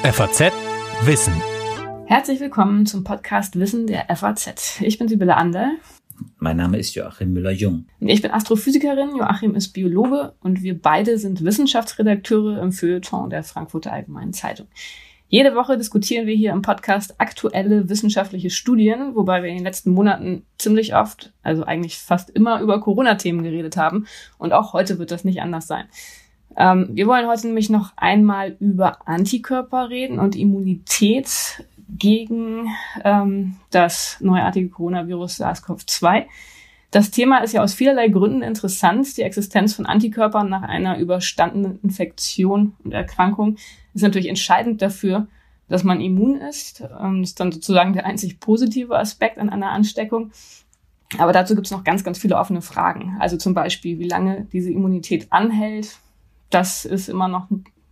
FAZ Wissen. Herzlich willkommen zum Podcast Wissen der FAZ. Ich bin Sibylle Anderl. Mein Name ist Joachim Müller-Jung. Ich bin Astrophysikerin, Joachim ist Biologe und wir beide sind Wissenschaftsredakteure im Feuilleton der Frankfurter Allgemeinen Zeitung. Jede Woche diskutieren wir hier im Podcast aktuelle wissenschaftliche Studien, wobei wir in den letzten Monaten ziemlich oft, also eigentlich fast immer, über Corona-Themen geredet haben. Und auch heute wird das nicht anders sein. Wir wollen heute nämlich noch einmal über Antikörper reden und Immunität gegen das neuartige Coronavirus SARS-CoV-2. Das Thema ist ja aus vielerlei Gründen interessant. Die Existenz von Antikörpern nach einer überstandenen Infektion und Erkrankung ist natürlich entscheidend dafür, dass man immun ist. Das ist dann sozusagen der einzig positive Aspekt an einer Ansteckung. Aber dazu gibt es noch ganz, ganz viele offene Fragen. Also zum Beispiel, wie lange diese Immunität anhält. Das ist immer noch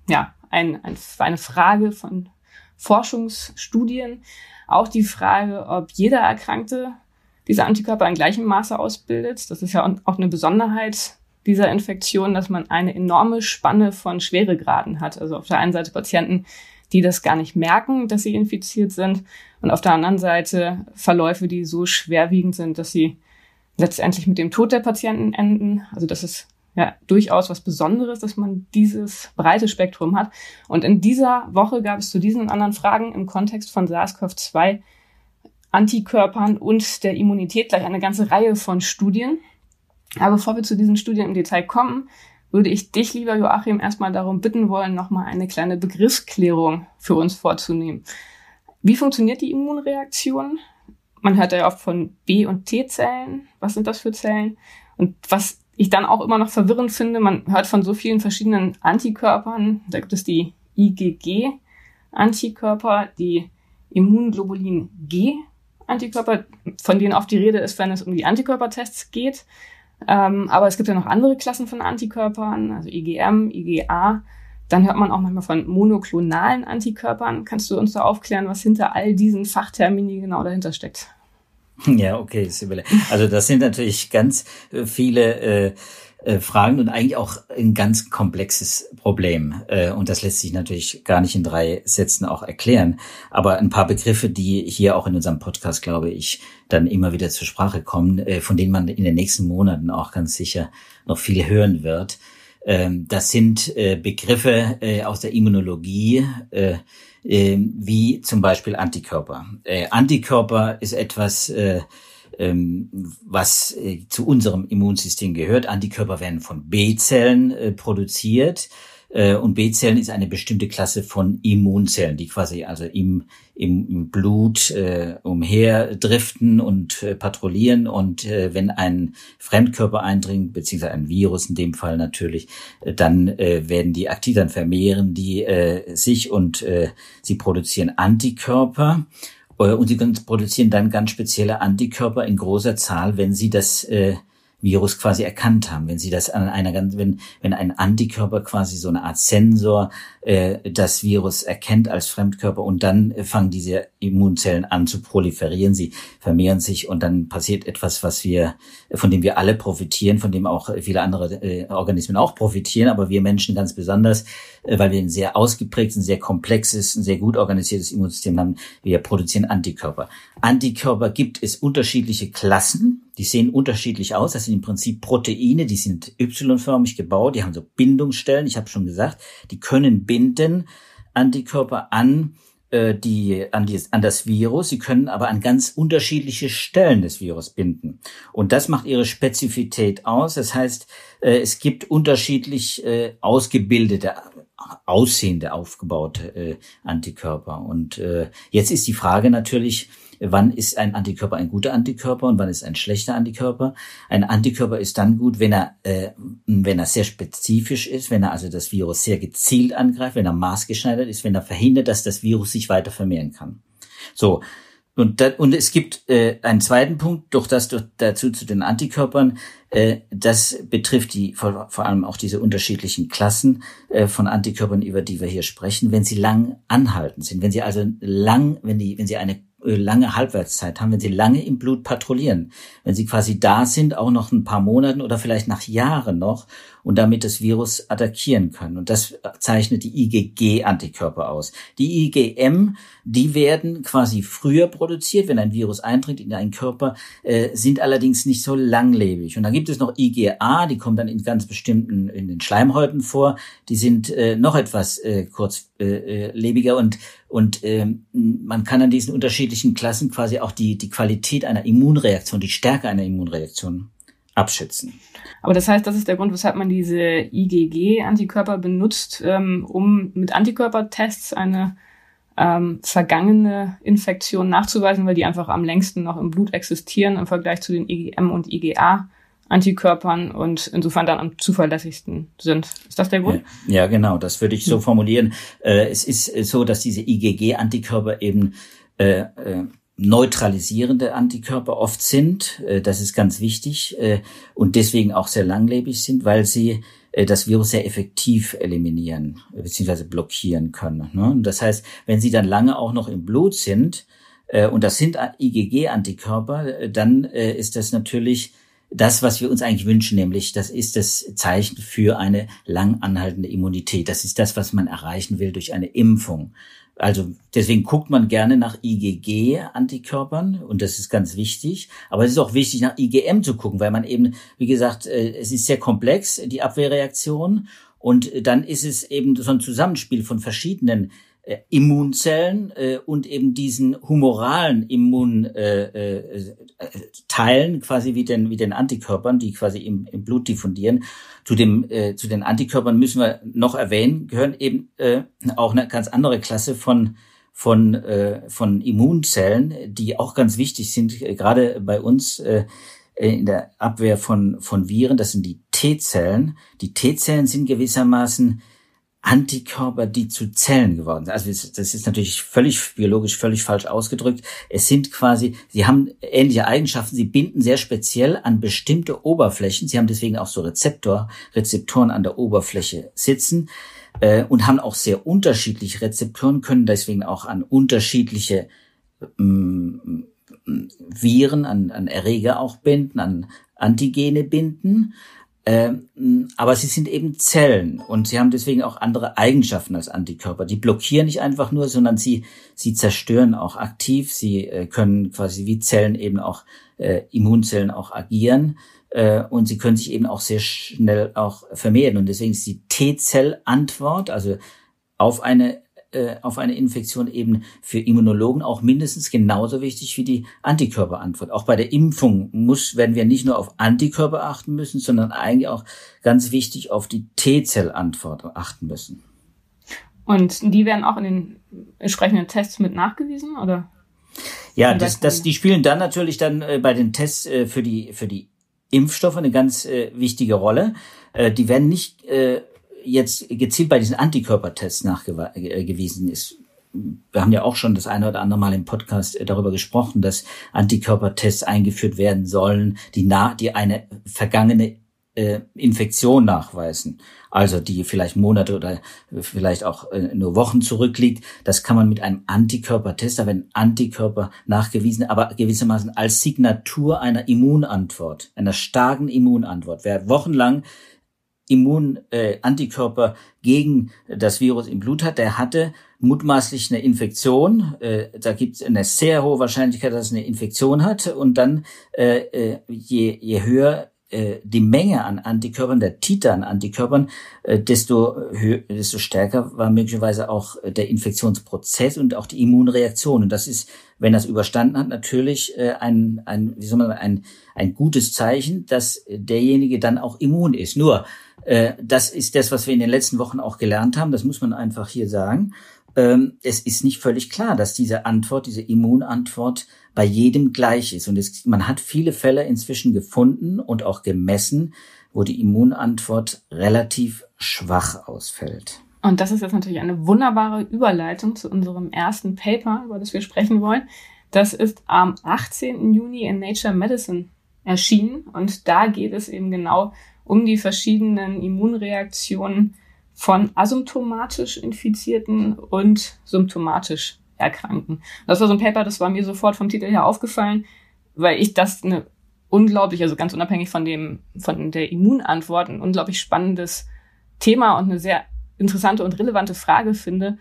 eine Frage von Forschungsstudien. Auch die Frage, ob jeder Erkrankte diese Antikörper in gleichem Maße ausbildet. Das ist ja auch eine Besonderheit dieser Infektion, dass man eine enorme Spanne von Schweregraden hat. Also auf der einen Seite Patienten, die das gar nicht merken, dass sie infiziert sind, und auf der anderen Seite Verläufe, die so schwerwiegend sind, dass sie letztendlich mit dem Tod der Patienten enden. Also das ist ja durchaus was Besonderes, dass man dieses breite Spektrum hat. Und in dieser Woche gab es zu diesen und anderen Fragen im Kontext von SARS-CoV-2, Antikörpern und der Immunität gleich eine ganze Reihe von Studien. Aber bevor wir zu diesen Studien im Detail kommen, würde ich dich, lieber Joachim, erstmal darum bitten wollen, nochmal eine kleine Begriffsklärung für uns vorzunehmen. Wie funktioniert die Immunreaktion? Man hört ja oft von B- und T-Zellen. Was sind das für Zellen? Und was ich dann auch immer noch verwirrend finde, man hört von so vielen verschiedenen Antikörpern. Da gibt es die IgG-Antikörper, die Immunglobulin-G-Antikörper, von denen oft die Rede ist, wenn es um die Antikörpertests geht. Aber es gibt ja noch andere Klassen von Antikörpern, also IgM, IgA. Dann hört man auch manchmal von monoklonalen Antikörpern. Kannst du uns da aufklären, was hinter all diesen Fachtermini genau dahinter steckt? Ja, okay, Sibylle. Also das sind natürlich ganz viele Fragen und eigentlich auch ein ganz komplexes Problem. Und das lässt sich natürlich gar nicht in 3 Sätzen auch erklären. Aber ein paar Begriffe, die hier auch in unserem Podcast, glaube ich, dann immer wieder zur Sprache kommen, von denen man in den nächsten Monaten auch ganz sicher noch viel hören wird. Das sind Begriffe aus der Immunologie, wie zum Beispiel Antikörper. Antikörper ist etwas, was zu unserem Immunsystem gehört. Antikörper werden von B-Zellen produziert. Und B-Zellen ist eine bestimmte Klasse von Immunzellen, die quasi also im Blut umherdriften und patrouillieren. Und wenn ein Fremdkörper eindringt, beziehungsweise ein Virus in dem Fall natürlich, dann werden die aktiv, dann vermehren die sich und sie produzieren Antikörper. Und sie produzieren dann ganz spezielle Antikörper in großer Zahl, wenn sie das Virus quasi erkannt haben, wenn sie das wenn ein Antikörper quasi so eine Art Sensor das Virus erkennt als Fremdkörper, und dann fangen diese Immunzellen an zu proliferieren, sie vermehren sich und dann passiert etwas, von dem wir alle profitieren, von dem auch viele andere Organismen auch profitieren, aber wir Menschen ganz besonders, weil wir ein sehr ausgeprägtes, ein sehr komplexes, ein sehr gut organisiertes Immunsystem haben. Wir produzieren Antikörper. Antikörper gibt es unterschiedliche Klassen. Die sehen unterschiedlich aus. Das sind im Prinzip Proteine, die sind Y-förmig gebaut, die haben so Bindungsstellen. Ich habe schon gesagt, die können binden Antikörper an das Virus. Sie können aber an ganz unterschiedliche Stellen des Virus binden. Und das macht ihre Spezifität aus. Das heißt, es gibt unterschiedlich ausgebildete, aussehende, aufgebaute Antikörper. Und jetzt ist die Frage natürlich, wann ist ein Antikörper ein guter Antikörper und wann ist ein schlechter Antikörper? Ein Antikörper ist dann gut, wenn er sehr spezifisch ist, wenn er also das Virus sehr gezielt angreift, wenn er maßgeschneidert ist, wenn er verhindert, dass das Virus sich weiter vermehren kann. So. Und es gibt einen zweiten Punkt, dazu zu den Antikörpern, das betrifft vor allem auch diese unterschiedlichen Klassen von Antikörpern, über die wir hier sprechen, wenn sie lang anhaltend sind, wenn sie also wenn sie eine lange Halbwertszeit haben, wenn sie lange im Blut patrouillieren, wenn sie quasi da sind, auch noch ein paar Monaten oder vielleicht nach Jahren noch und damit das Virus attackieren können. Und das zeichnet die IgG-Antikörper aus. Die IgM, die werden quasi früher produziert, wenn ein Virus eintritt in einen Körper, sind allerdings nicht so langlebig. Und dann gibt es noch IgA, die kommen dann in ganz bestimmten, in den Schleimhäuten vor, die sind noch etwas kurzlebiger und man kann an diesen unterschiedlichen Klassen quasi auch die Qualität einer Immunreaktion, die Stärke einer Immunreaktion abschätzen. Aber das heißt, das ist der Grund, weshalb man diese IgG-Antikörper benutzt, um mit Antikörpertests eine vergangene Infektion nachzuweisen, weil die einfach am längsten noch im Blut existieren im Vergleich zu den IgM und IgA-Antikörpern und insofern dann am zuverlässigsten sind. Ist das der Grund? Ja, genau, das würde ich so formulieren. Es ist so, dass diese IgG-Antikörper eben neutralisierende Antikörper oft sind. Das ist ganz wichtig und deswegen auch sehr langlebig sind, weil sie das Virus sehr effektiv eliminieren bzw. blockieren können. Und das heißt, wenn sie dann lange auch noch im Blut sind, und das sind IgG-Antikörper, dann ist das natürlich das, was wir uns eigentlich wünschen, nämlich das ist das Zeichen für eine lang anhaltende Immunität. Das ist das, was man erreichen will durch eine Impfung. Also deswegen guckt man gerne nach IgG-Antikörpern und das ist ganz wichtig. Aber es ist auch wichtig, nach IgM zu gucken, weil man eben, wie gesagt, es ist sehr komplex, die Abwehrreaktion. Und dann ist es eben so ein Zusammenspiel von verschiedenen Immunzellen und eben diesen humoralen Immunteilen, quasi wie den Antikörpern, die quasi im Blut diffundieren. Zu den Antikörpern müssen wir noch erwähnen, gehören eben auch eine ganz andere Klasse von Immunzellen, die auch ganz wichtig sind, gerade bei uns in der Abwehr von Viren. Das sind die T-Zellen. Die T-Zellen sind gewissermaßen Antikörper, die zu Zellen geworden sind. Also das ist natürlich biologisch völlig falsch ausgedrückt. Es sind quasi, sie haben ähnliche Eigenschaften, sie binden sehr speziell an bestimmte Oberflächen. Sie haben deswegen auch so Rezeptoren an der Oberfläche sitzen und haben auch sehr unterschiedliche Rezeptoren, können deswegen auch an unterschiedliche Viren, an Erreger auch binden, an Antigene binden. Aber sie sind eben Zellen und sie haben deswegen auch andere Eigenschaften als Antikörper. Die blockieren nicht einfach nur, sondern sie zerstören auch aktiv. Sie können quasi wie Zellen eben auch, Immunzellen auch agieren und sie können sich eben auch sehr schnell auch vermehren. Und deswegen ist die T-Zell-Antwort, also auf eine Infektion eben für Immunologen auch mindestens genauso wichtig wie die Antikörperantwort. Auch bei der Impfung werden wir nicht nur auf Antikörper achten müssen, sondern eigentlich auch ganz wichtig auf die T-Zell-Antwort achten müssen. Und die werden auch in den entsprechenden Tests mit nachgewiesen, oder? Ja, die spielen dann natürlich bei den Tests für die Impfstoffe eine ganz wichtige Rolle. Die werden nicht jetzt gezielt bei diesen Antikörpertests nachgewiesen ist. Wir haben ja auch schon das eine oder andere Mal im Podcast darüber gesprochen, dass Antikörpertests eingeführt werden sollen, die eine vergangene Infektion nachweisen. Also die vielleicht Monate oder vielleicht auch nur Wochen zurückliegt. Das kann man mit einem Antikörpertest, da werden Antikörper nachgewiesen, aber gewissermaßen als Signatur einer Immunantwort, einer starken Immunantwort. Wer wochenlang Antikörper gegen das Virus im Blut hat, der hatte mutmaßlich eine Infektion. Da gibt es eine sehr hohe Wahrscheinlichkeit, dass es eine Infektion hat. Und dann je höher die Menge an Antikörpern, der Titer an Antikörpern, desto stärker war möglicherweise auch der Infektionsprozess und auch die Immunreaktion. Und das ist, wenn das überstanden hat, natürlich ein gutes Zeichen, dass derjenige dann auch immun ist. Nur das ist das, was wir in den letzten Wochen auch gelernt haben. Das muss man einfach hier sagen. Es ist nicht völlig klar, dass diese Immunantwort bei jedem gleich ist. Und man hat viele Fälle inzwischen gefunden und auch gemessen, wo die Immunantwort relativ schwach ausfällt. Und das ist jetzt natürlich eine wunderbare Überleitung zu unserem ersten Paper, über das wir sprechen wollen. Das ist am 18. Juni in Nature Medicine erschienen. Und da geht es eben genau um die verschiedenen Immunreaktionen von asymptomatisch Infizierten und symptomatisch erkranken. Das war so ein Paper, das war mir sofort vom Titel her aufgefallen, weil ich das eine unglaublich, also ganz unabhängig von der Immunantwort, ein unglaublich spannendes Thema und eine sehr interessante und relevante Frage finde,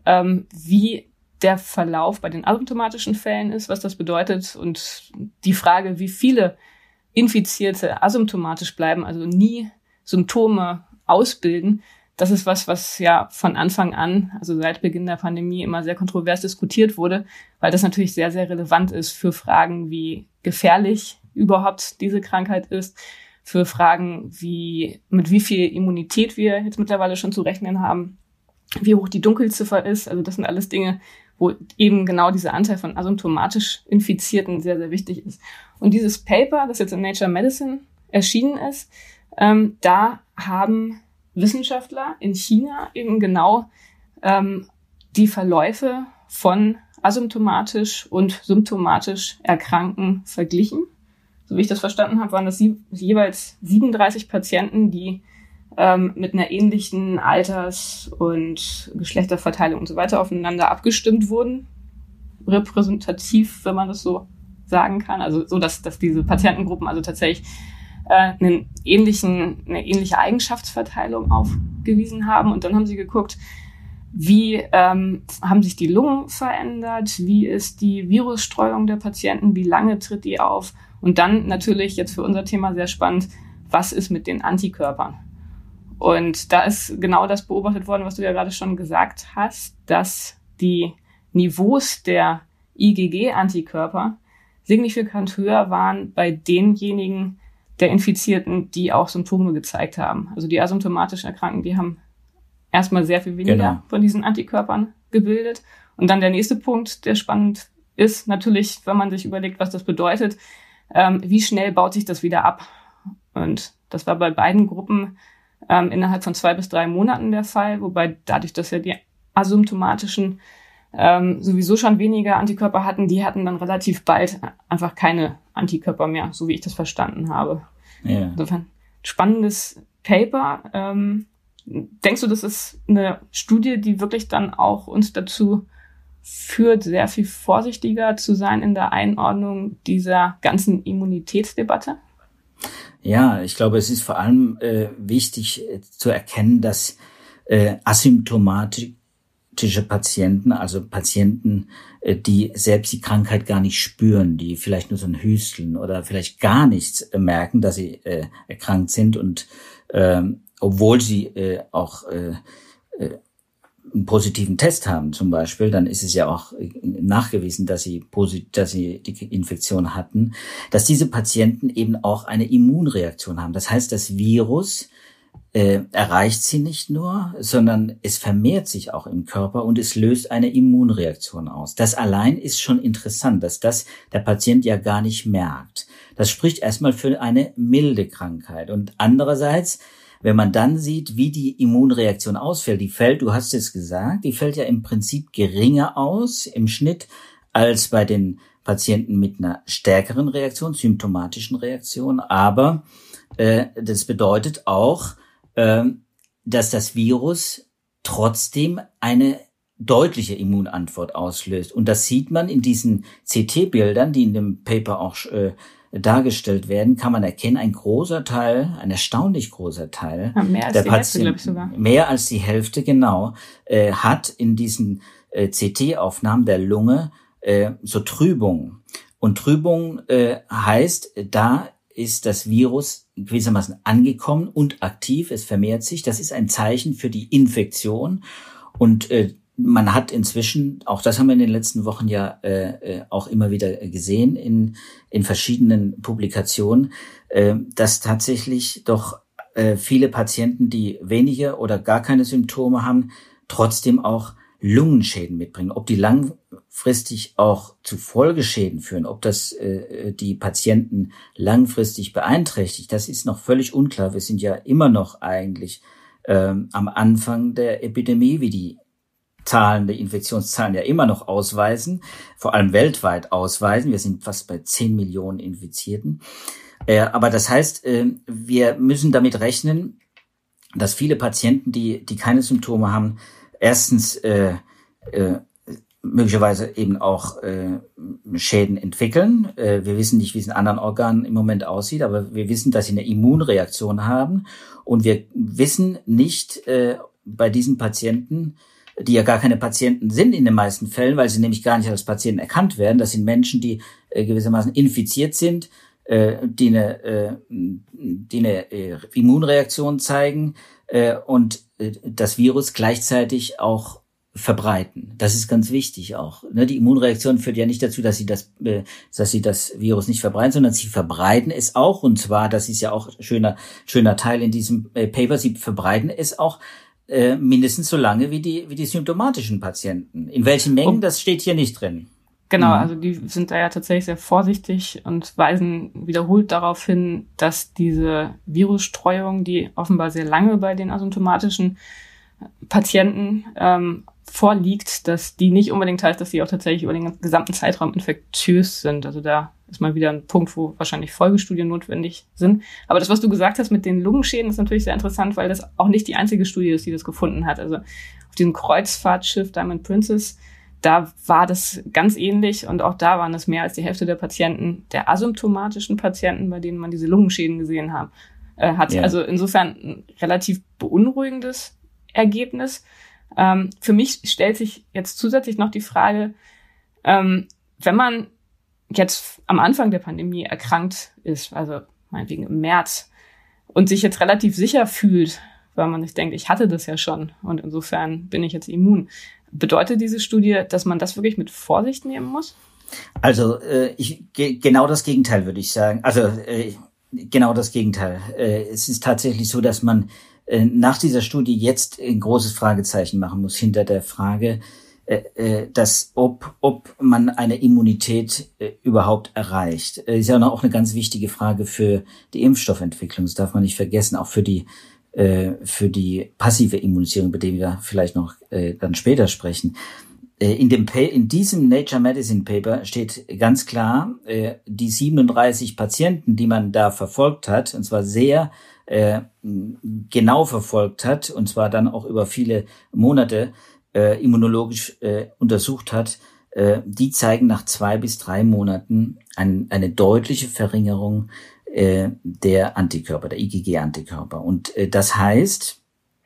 wie der Verlauf bei den asymptomatischen Fällen ist, was das bedeutet und die Frage, wie viele Infizierte asymptomatisch bleiben, also nie Symptome ausbilden. Das ist was ja von Anfang an, also seit Beginn der Pandemie, immer sehr kontrovers diskutiert wurde, weil das natürlich sehr, sehr relevant ist für Fragen, wie gefährlich überhaupt diese Krankheit ist, für Fragen, mit wie viel Immunität wir jetzt mittlerweile schon zu rechnen haben, wie hoch die Dunkelziffer ist. Also das sind alles Dinge, wo eben genau dieser Anteil von asymptomatisch Infizierten sehr, sehr wichtig ist. Und dieses Paper, das jetzt in Nature Medicine erschienen ist, da haben Wissenschaftler in China eben genau die Verläufe von asymptomatisch und symptomatisch Erkrankten verglichen. So wie ich das verstanden habe, waren das jeweils 37 Patienten, die mit einer ähnlichen Alters- und Geschlechterverteilung und so weiter aufeinander abgestimmt wurden. Repräsentativ, wenn man das so sagen kann. Also so, dass diese Patientengruppen also tatsächlich eine ähnliche Eigenschaftsverteilung aufgewiesen haben. Und dann haben sie geguckt, wie haben sich die Lungen verändert, wie ist die Virusstreuung der Patienten, wie lange tritt die auf. Und dann natürlich jetzt für unser Thema sehr spannend, was ist mit den Antikörpern? Und da ist genau das beobachtet worden, was du ja gerade schon gesagt hast, dass die Niveaus der IgG-Antikörper signifikant höher waren bei denjenigen der Infizierten, die auch Symptome gezeigt haben. Also die asymptomatisch Erkrankten, die haben erstmal sehr viel weniger von diesen Antikörpern gebildet. Und dann der nächste Punkt, der spannend ist, natürlich, wenn man sich überlegt, was das bedeutet, wie schnell baut sich das wieder ab? Und das war bei beiden Gruppen innerhalb von 2 bis 3 Monaten der Fall, wobei dadurch, dass ja die asymptomatischen sowieso schon weniger Antikörper hatten, die hatten dann relativ bald einfach keine Antikörper mehr, so wie ich das verstanden habe. Ja. Insofern spannendes Paper. Denkst du, das ist eine Studie, die wirklich dann auch uns dazu führt, sehr viel vorsichtiger zu sein in der Einordnung dieser ganzen Immunitätsdebatte? Ja, ich glaube, es ist vor allem wichtig zu erkennen, dass asymptomatische Patienten, also Patienten, die selbst die Krankheit gar nicht spüren, die vielleicht nur so ein Hüsteln oder vielleicht gar nichts merken, dass sie erkrankt sind und obwohl sie auch einen positiven Test haben zum Beispiel, dann ist es ja auch nachgewiesen, dass sie die Infektion hatten, dass diese Patienten eben auch eine Immunreaktion haben. Das heißt, das Virus erreicht sie nicht nur, sondern es vermehrt sich auch im Körper und es löst eine Immunreaktion aus. Das allein ist schon interessant, dass das der Patient ja gar nicht merkt. Das spricht erstmal für eine milde Krankheit. Und andererseits, wenn man dann sieht, wie die Immunreaktion ausfällt, du hast es gesagt, die fällt ja im Prinzip geringer aus im Schnitt als bei den Patienten mit einer stärkeren Reaktion, symptomatischen Reaktion. Aber das bedeutet auch, dass das Virus trotzdem eine deutliche Immunantwort auslöst. Und das sieht man in diesen CT-Bildern, die in dem Paper auch dargestellt werden, kann man erkennen, ein erstaunlich großer Teil der Patienten, mehr als die Hälfte, genau, hat in diesen CT-Aufnahmen der Lunge so Trübung. Und Trübung heißt, da ist das Virus gewissermaßen angekommen und aktiv, es vermehrt sich. Das ist ein Zeichen für die Infektion. Und man hat inzwischen, auch das haben wir in den letzten Wochen ja auch immer wieder gesehen in verschiedenen Publikationen, dass tatsächlich doch viele Patienten, die wenige oder gar keine Symptome haben, trotzdem auch Lungenschäden mitbringen. Ob die langfristig auch zu Folgeschäden führen, ob das die Patienten langfristig beeinträchtigt, das ist noch völlig unklar. Wir sind ja immer noch eigentlich am Anfang der Epidemie, wie die Infektionszahlen ja immer noch ausweisen, vor allem weltweit ausweisen. Wir sind fast bei 10 Millionen Infizierten. Aber das heißt, wir müssen damit rechnen, dass viele Patienten, die keine Symptome haben, erstens möglicherweise eben auch Schäden entwickeln. Wir wissen nicht, wie es in anderen Organen im Moment aussieht, aber wir wissen, dass sie eine Immunreaktion haben. Und wir wissen nicht bei diesen Patienten, die ja gar keine Patienten sind in den meisten Fällen, weil sie nämlich gar nicht als Patienten erkannt werden. Das sind Menschen, die gewissermaßen infiziert sind, die eine Immunreaktion zeigen und das Virus gleichzeitig auch verbreiten. Das ist ganz wichtig auch. Die Immunreaktion führt ja nicht dazu, dass sie das Virus nicht verbreiten, sondern sie verbreiten es auch. Und zwar, das ist ja auch schöner Teil in diesem Paper, sie verbreiten es auch mindestens so lange wie die symptomatischen Patienten. In welchen Mengen, das steht hier nicht drin. Genau, also die sind da ja tatsächlich sehr vorsichtig und weisen wiederholt darauf hin, dass diese Virusstreuung, die offenbar sehr lange bei den asymptomatischen Patienten vorliegt, dass die nicht unbedingt heißt, dass sie auch tatsächlich über den gesamten Zeitraum infektiös sind. Also da ist mal wieder ein Punkt, wo wahrscheinlich Folgestudien notwendig sind. Aber das, was du gesagt hast mit den Lungenschäden, ist natürlich sehr interessant, weil das auch nicht die einzige Studie ist, die das gefunden hat. Also auf diesem Kreuzfahrtschiff Diamond Princess, da war das ganz ähnlich und auch da waren es mehr als die Hälfte der Patienten, der asymptomatischen Patienten, bei denen man diese Lungenschäden gesehen hat. Ja. Also insofern ein relativ beunruhigendes Ergebnis. Für mich stellt sich jetzt zusätzlich noch die Frage, wenn man jetzt am Anfang der Pandemie erkrankt ist, also meinetwegen im März, und sich jetzt relativ sicher fühlt, weil man sich denkt, ich hatte das ja schon und insofern bin ich jetzt immun. Bedeutet diese Studie, dass man das wirklich mit Vorsicht nehmen muss? Also genau das Gegenteil würde ich sagen. Also genau das Gegenteil. Es ist tatsächlich so, dass man nach dieser Studie jetzt ein großes Fragezeichen machen muss hinter der Frage, dass ob man eine Immunität überhaupt erreicht. Ist ja auch eine ganz wichtige Frage für die Impfstoffentwicklung. Das darf man nicht vergessen, auch für die passive Immunisierung, über die wir vielleicht noch dann später sprechen. In diesem Nature Medicine Paper steht ganz klar, die 37 Patienten, die man da verfolgt hat, und zwar sehr genau verfolgt hat, und zwar dann auch über viele Monate immunologisch untersucht hat, die zeigen nach 2 bis 3 Monaten eine deutliche Verringerung der Antikörper, der IgG-Antikörper. Und das heißt,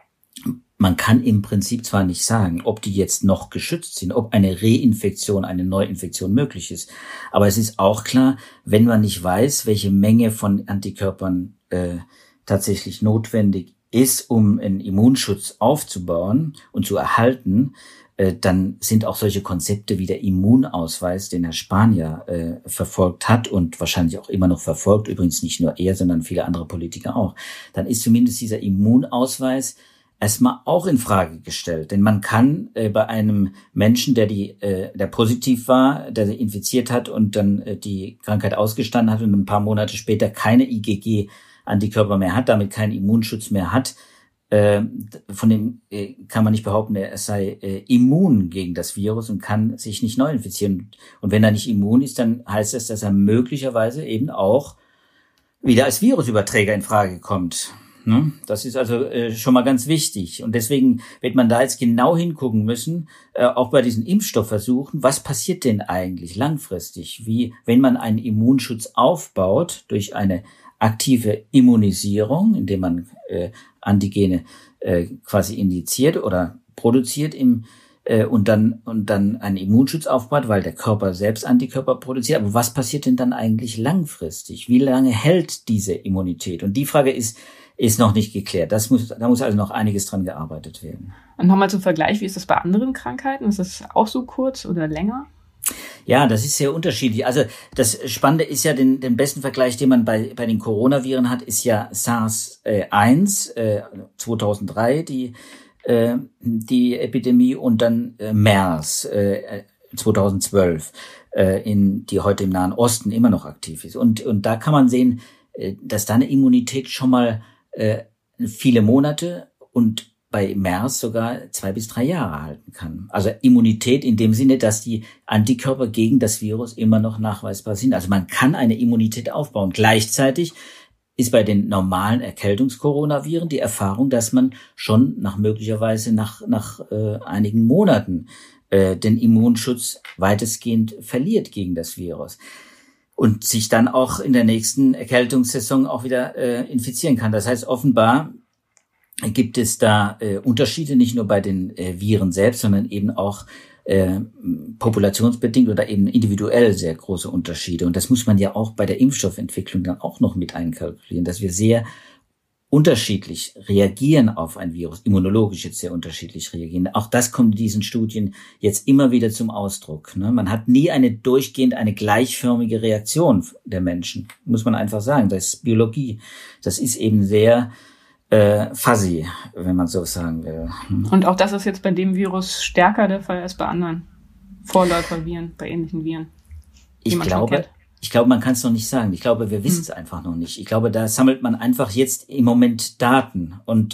man kann im Prinzip zwar nicht sagen, ob die jetzt noch geschützt sind, ob eine Reinfektion, eine Neuinfektion möglich ist, aber es ist auch klar, wenn man nicht weiß, welche Menge von Antikörpern tatsächlich notwendig ist, um einen Immunschutz aufzubauen und zu erhalten, dann sind auch solche Konzepte wie der Immunausweis, den Herr Spahn ja verfolgt hat und wahrscheinlich auch immer noch verfolgt, übrigens nicht nur er, sondern viele andere Politiker auch, dann ist zumindest dieser Immunausweis erstmal auch in Frage gestellt. Denn man kann bei einem Menschen, der positiv war, der infiziert hat und dann die Krankheit ausgestanden hat und ein paar Monate später keine IgG-Antikörper mehr hat, damit keinen Immunschutz mehr hat, von dem kann man nicht behaupten, er sei immun gegen das Virus und kann sich nicht neu infizieren. Und wenn er nicht immun ist, dann heißt das, dass er möglicherweise eben auch wieder als Virusüberträger in Frage kommt. Das ist also schon mal ganz wichtig. Und deswegen wird man da jetzt genau hingucken müssen, auch bei diesen Impfstoffversuchen, was passiert denn eigentlich langfristig? Wie, wenn man einen Immunschutz aufbaut durch eine aktive Immunisierung, indem man Antigene quasi injiziert oder produziert und dann einen Immunschutz aufbaut, weil der Körper selbst Antikörper produziert. Aber was passiert denn dann eigentlich langfristig? Wie lange hält diese Immunität? Und die Frage ist noch nicht geklärt. Da muss also noch einiges dran gearbeitet werden. Und nochmal zum Vergleich, wie ist das bei anderen Krankheiten? Ist das auch so kurz oder länger? Ja, das ist sehr unterschiedlich. Also das Spannende ist ja, den besten Vergleich, den man bei den Coronaviren hat, ist ja SARS-1 2003, die Epidemie, und dann MERS 2012, die heute im Nahen Osten immer noch aktiv ist. Und da kann man sehen, dass da eine Immunität schon mal viele Monate und bei MERS sogar 2 bis 3 Jahre halten kann. Also Immunität in dem Sinne, dass die Antikörper gegen das Virus immer noch nachweisbar sind. Also man kann eine Immunität aufbauen. Gleichzeitig ist bei den normalen Erkältungskoronaviren die Erfahrung, dass man schon möglicherweise nach einigen Monaten den Immunschutz weitestgehend verliert gegen das Virus und sich dann auch in der nächsten Erkältungssaison auch wieder infizieren kann. Das heißt, offenbar gibt es da Unterschiede, nicht nur bei den Viren selbst, sondern eben auch populationsbedingt oder eben individuell sehr große Unterschiede. Und das muss man ja auch bei der Impfstoffentwicklung dann auch noch mit einkalkulieren, dass wir sehr unterschiedlich reagieren auf ein Virus, immunologisch jetzt sehr unterschiedlich reagieren. Auch das kommt in diesen Studien jetzt immer wieder zum Ausdruck. Man hat nie eine gleichförmige Reaktion der Menschen, muss man einfach sagen. Das ist Biologie. Das ist eben sehr fuzzy, wenn man so sagen will. Und auch das ist jetzt bei dem Virus stärker der Fall als bei anderen Vorläuferviren, bei ähnlichen Viren. Ich glaube, man kann es noch nicht sagen. Ich glaube, wir wissen es einfach noch nicht. Ich glaube, da sammelt man einfach jetzt im Moment Daten. Und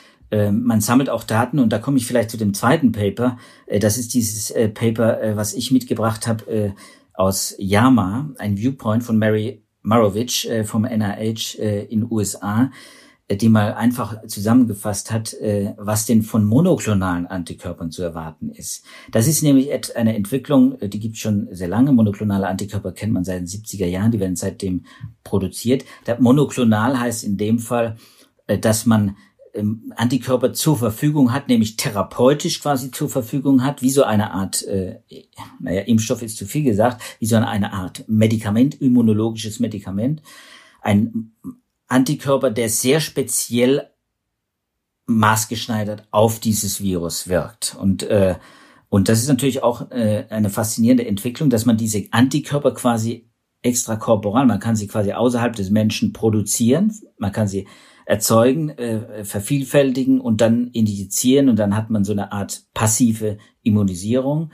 man sammelt auch Daten. Und da komme ich vielleicht zu dem zweiten Paper. Das ist dieses Paper, was ich mitgebracht habe aus JAMA, ein Viewpoint von Mary Marovich vom NIH in USA, die mal einfach zusammengefasst hat, was denn von monoklonalen Antikörpern zu erwarten ist. Das ist nämlich eine Entwicklung, die gibt es schon sehr lange. Monoklonale Antikörper kennt man seit den 70er Jahren, die werden seitdem produziert. Monoklonal heißt in dem Fall, dass man Antikörper zur Verfügung hat, nämlich therapeutisch quasi zur Verfügung hat, wie so eine Art, Impfstoff ist zu viel gesagt, wie so eine Art Medikament, immunologisches Medikament. Ein Antikörper, der sehr speziell maßgeschneidert auf dieses Virus wirkt. Und das ist natürlich auch eine faszinierende Entwicklung, dass man diese Antikörper quasi extrakorporal, man kann sie quasi außerhalb des Menschen produzieren, man kann sie erzeugen, vervielfältigen und dann injizieren und dann hat man so eine Art passive Immunisierung.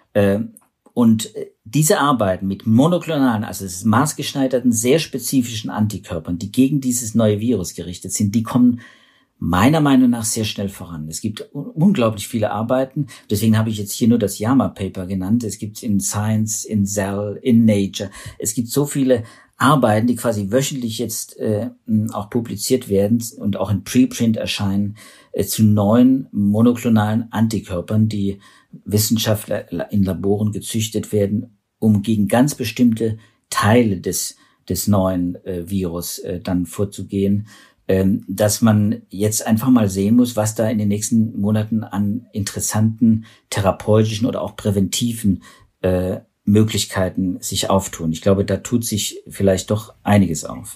Und diese Arbeiten mit monoklonalen, also maßgeschneiderten, sehr spezifischen Antikörpern, die gegen dieses neue Virus gerichtet sind, die kommen meiner Meinung nach sehr schnell voran. Es gibt unglaublich viele Arbeiten, deswegen habe ich jetzt hier nur das JAMA-Paper genannt. Es gibt in Science, in Cell, in Nature, es gibt so viele Arbeiten, die quasi wöchentlich jetzt auch publiziert werden und auch in Preprint erscheinen, zu neuen monoklonalen Antikörpern, die Wissenschaftler in Laboren gezüchtet werden, um gegen ganz bestimmte Teile des neuen Virus dann vorzugehen, dass man jetzt einfach mal sehen muss, was da in den nächsten Monaten an interessanten therapeutischen oder auch präventiven Möglichkeiten sich auftun. Ich glaube, da tut sich vielleicht doch einiges auf.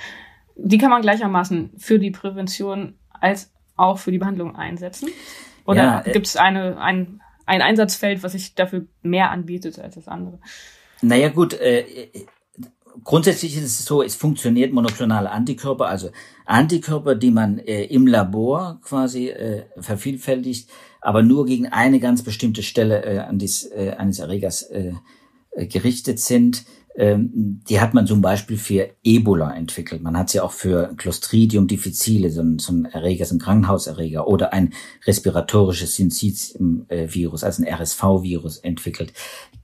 Die kann man gleichermaßen für die Prävention als auch für die Behandlung einsetzen? Oder gibt es ein Einsatzfeld, was sich dafür mehr anbietet als das andere? Naja gut, grundsätzlich ist es so, es funktioniert monoklonale Antikörper, also Antikörper, die man im Labor quasi vervielfältigt, aber nur gegen eine ganz bestimmte Stelle eines Erregers gerichtet sind. Die hat man zum Beispiel für Ebola entwickelt. Man hat sie auch für Clostridium difficile, so ein Erreger, so ein Krankenhauserreger, oder ein respiratorisches Syncytium-Virus, also ein RSV-Virus entwickelt.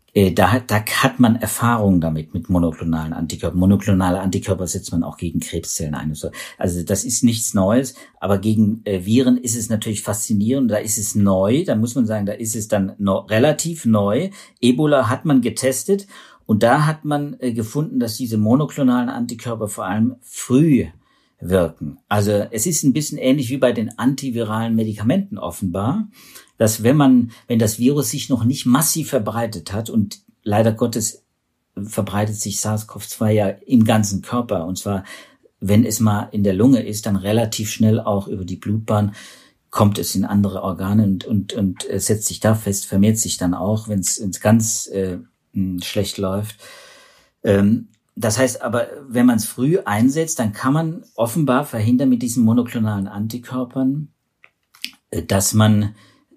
Da hat man Erfahrung damit, mit monoklonalen Antikörpern. Monoklonale Antikörper setzt man auch gegen Krebszellen ein. Also das ist nichts Neues, aber gegen Viren ist es natürlich faszinierend. Da ist es neu, da muss man sagen, da ist es dann relativ neu. Ebola hat man getestet und da hat man gefunden, dass diese monoklonalen Antikörper vor allem früh wirken. Also es ist ein bisschen ähnlich wie bei den antiviralen Medikamenten offenbar, dass wenn das Virus sich noch nicht massiv verbreitet hat, und leider Gottes verbreitet sich SARS-CoV-2 ja im ganzen Körper, und zwar, wenn es mal in der Lunge ist, dann relativ schnell auch über die Blutbahn, kommt es in andere Organe und setzt sich da fest, vermehrt sich dann auch, wenn es ganz schlecht läuft. Das heißt aber, wenn man es früh einsetzt, dann kann man offenbar verhindern mit diesen monoklonalen Antikörpern, dass man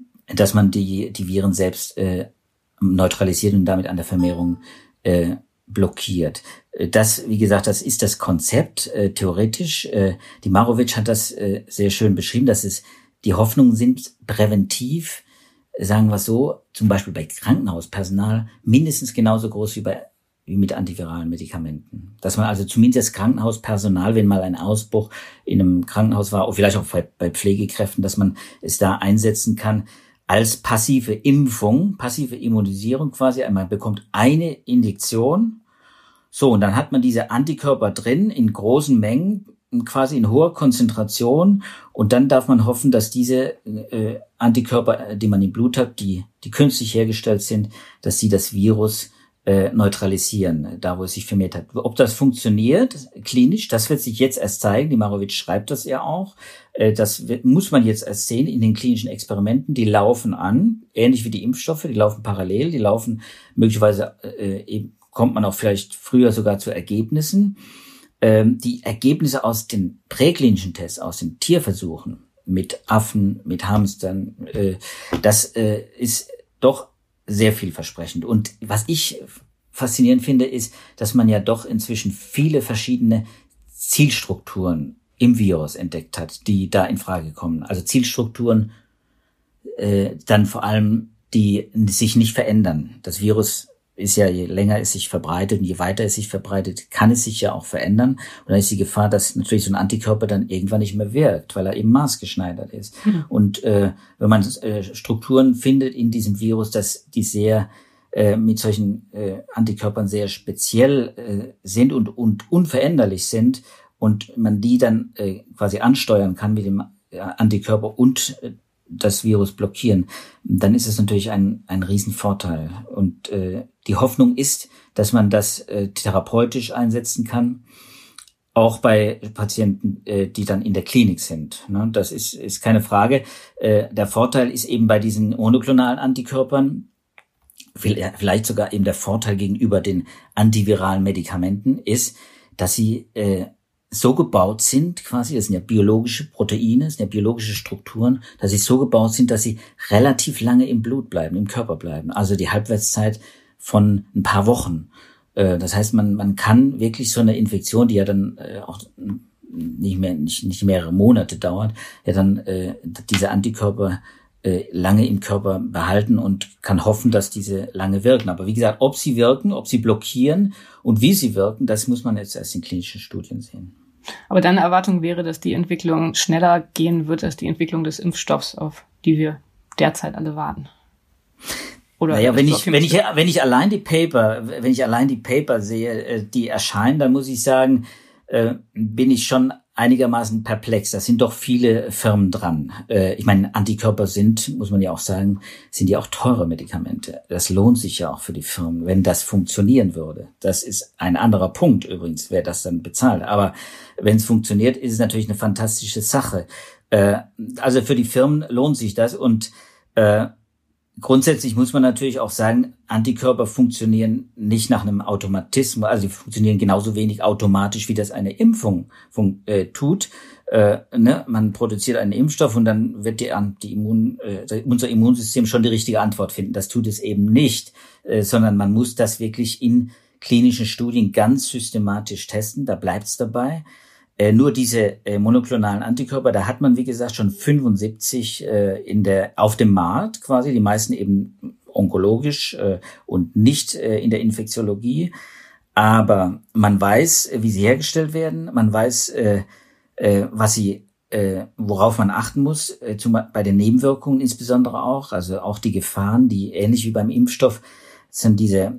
die Viren selbst neutralisiert und damit an der Vermehrung blockiert. Das, wie gesagt, das ist das Konzept theoretisch. Die Marovich hat das sehr schön beschrieben, dass die Hoffnungen sind präventiv, sagen wir so, zum Beispiel bei Krankenhauspersonal mindestens genauso groß wie wie mit antiviralen Medikamenten. Dass man also zumindest das Krankenhauspersonal, wenn mal ein Ausbruch in einem Krankenhaus war, oder vielleicht auch bei Pflegekräften, dass man es da einsetzen kann als passive Impfung, passive Immunisierung quasi. Man bekommt eine Injektion, so, und dann hat man diese Antikörper drin in großen Mengen, quasi in hoher Konzentration, und dann darf man hoffen, dass diese Antikörper, die man im Blut hat, die künstlich hergestellt sind, dass sie das Virus neutralisieren, da wo es sich vermehrt hat. Ob das funktioniert klinisch, das wird sich jetzt erst zeigen. Die Marowitsch schreibt das ja auch. Muss man jetzt erst sehen in den klinischen Experimenten. Die laufen an, ähnlich wie die Impfstoffe, die laufen parallel, die laufen möglicherweise, kommt man auch vielleicht früher sogar zu Ergebnissen. Die Ergebnisse aus den präklinischen Tests, aus den Tierversuchen mit Affen, mit Hamstern, das ist doch sehr vielversprechend. Und was ich faszinierend finde, ist, dass man ja doch inzwischen viele verschiedene Zielstrukturen im Virus entdeckt hat, die da in Frage kommen. Also Zielstrukturen, dann vor allem, die sich nicht verändern. Das Virus ist ja, je länger es sich verbreitet und je weiter es sich verbreitet, kann es sich ja auch verändern. Und dann ist die Gefahr, dass natürlich so ein Antikörper dann irgendwann nicht mehr wirkt, weil er eben maßgeschneidert ist. Mhm. Und wenn man Strukturen findet in diesem Virus, dass die sehr mit solchen Antikörpern sehr speziell sind und unveränderlich sind und man die dann quasi ansteuern kann mit dem Antikörper und das Virus blockieren, dann ist es natürlich ein Riesenvorteil. Und die Hoffnung ist, dass man das therapeutisch einsetzen kann, auch bei Patienten, die dann in der Klinik sind. Ne? Das ist keine Frage. Der Vorteil ist eben bei diesen monoklonalen Antikörpern, vielleicht sogar eben der Vorteil gegenüber den antiviralen Medikamenten, ist, dass sie so gebaut sind, quasi, das sind ja biologische Proteine, das sind ja biologische Strukturen, dass sie so gebaut sind, dass sie relativ lange im Blut bleiben, im Körper bleiben. Also die Halbwertszeit von ein paar Wochen. Das heißt, man kann wirklich so eine Infektion, die ja dann auch nicht mehrere Monate dauert, ja dann diese Antikörper lange im Körper behalten und kann hoffen, dass diese lange wirken. Aber wie gesagt, ob sie wirken, ob sie blockieren und wie sie wirken, das muss man jetzt erst in klinischen Studien sehen. Aber deine Erwartung wäre, dass die Entwicklung schneller gehen wird als die Entwicklung des Impfstoffs, auf die wir derzeit alle warten. Oder naja, wenn ich allein die Paper sehe, die erscheinen, dann muss ich sagen, bin ich schon einigermaßen perplex. Da sind doch viele Firmen dran. Ich meine, Antikörper sind, muss man ja auch sagen, sind ja auch teure Medikamente. Das lohnt sich ja auch für die Firmen, wenn das funktionieren würde. Das ist ein anderer Punkt übrigens, wer das dann bezahlt. Aber wenn es funktioniert, ist es natürlich eine fantastische Sache. Also für die Firmen lohnt sich das. Und grundsätzlich muss man natürlich auch sagen, Antikörper funktionieren nicht nach einem Automatismus, also sie funktionieren genauso wenig automatisch, wie das eine Impfung tut. Man produziert einen Impfstoff und dann wird unser Immunsystem schon die richtige Antwort finden. Das tut es eben nicht, sondern man muss das wirklich in klinischen Studien ganz systematisch testen. Da bleibt's dabei. Nur diese monoklonalen Antikörper, da hat man, wie gesagt, schon 75 auf dem Markt quasi, die meisten eben onkologisch und nicht in der Infektiologie. Aber man weiß, wie sie hergestellt werden, man weiß, worauf man achten muss, bei den Nebenwirkungen insbesondere auch, also auch die Gefahren, die ähnlich wie beim Impfstoff sind diese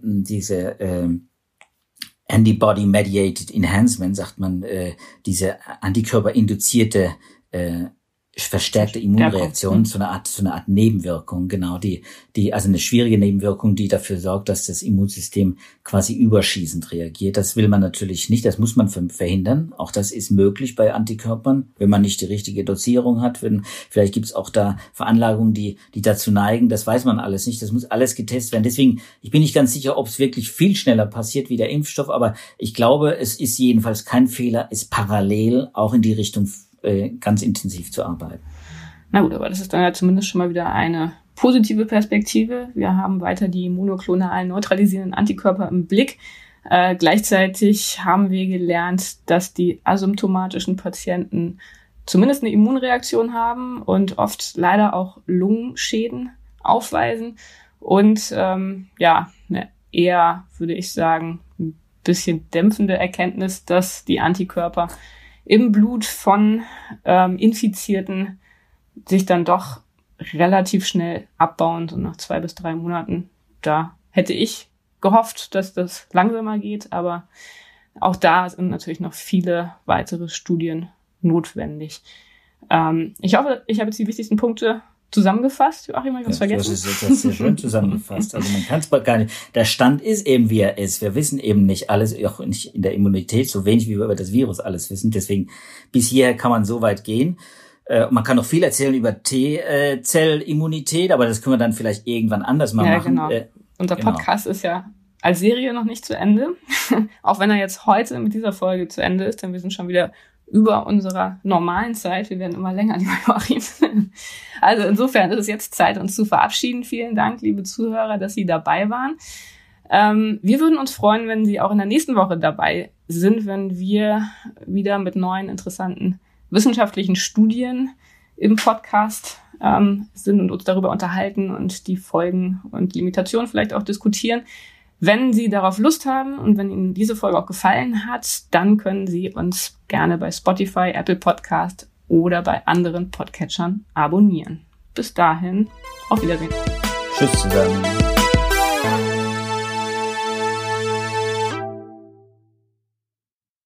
Antibody-Mediated Enhancement, sagt man, diese Antikörper-induzierte verstärkte Immunreaktion, so eine Art Nebenwirkung, genau, also eine schwierige Nebenwirkung, die dafür sorgt, dass das Immunsystem quasi überschießend reagiert. Das will man natürlich nicht, das muss man verhindern. Auch das ist möglich bei Antikörpern, wenn man nicht die richtige Dosierung hat. Vielleicht gibt es auch da Veranlagungen, die dazu neigen. Das weiß man alles nicht. Das muss alles getestet werden. Deswegen, ich bin nicht ganz sicher, ob es wirklich viel schneller passiert wie der Impfstoff, aber ich glaube, es ist jedenfalls kein Fehler, es parallel auch in die Richtung ganz intensiv zu arbeiten. Na gut, aber das ist dann ja zumindest schon mal wieder eine positive Perspektive. Wir haben weiter die monoklonalen neutralisierenden Antikörper im Blick. Gleichzeitig haben wir gelernt, dass die asymptomatischen Patienten zumindest eine Immunreaktion haben und oft leider auch Lungenschäden aufweisen und eine eher, würde ich sagen, bisschen dämpfende Erkenntnis, dass die Antikörper im Blut von Infizierten sich dann doch relativ schnell abbauen, so nach 2 bis 3 Monaten. Da hätte ich gehofft, dass das langsamer geht, aber auch da sind natürlich noch viele weitere Studien notwendig. Ich hoffe, ich habe jetzt die wichtigsten Punkte zusammengefasst. Joachim, habe ich was vergessen? Das ist sehr schön zusammengefasst. Also man kann es gar nicht. Der Stand ist eben, wie er ist. Wir wissen eben nicht alles, auch nicht in der Immunität, so wenig wie wir über das Virus alles wissen. Deswegen bis hierher kann man so weit gehen. Man kann noch viel erzählen über T-Zellimmunität, aber das können wir dann vielleicht irgendwann anders mal machen. Genau. Unser Podcast ist ja als Serie noch nicht zu Ende. Auch wenn er jetzt heute mit dieser Folge zu Ende ist, denn wir sind schon wieder über unserer normalen Zeit. Wir werden immer länger, lieber Joachim. Also insofern ist es jetzt Zeit, uns zu verabschieden. Vielen Dank, liebe Zuhörer, dass Sie dabei waren. Wir würden uns freuen, wenn Sie auch in der nächsten Woche dabei sind, wenn wir wieder mit neuen, interessanten wissenschaftlichen Studien im Podcast sind und uns darüber unterhalten und die Folgen und Limitationen vielleicht auch diskutieren. Wenn Sie darauf Lust haben und wenn Ihnen diese Folge auch gefallen hat, dann können Sie uns gerne bei Spotify, Apple Podcast oder bei anderen Podcatchern abonnieren. Bis dahin, auf Wiedersehen. Tschüss zusammen.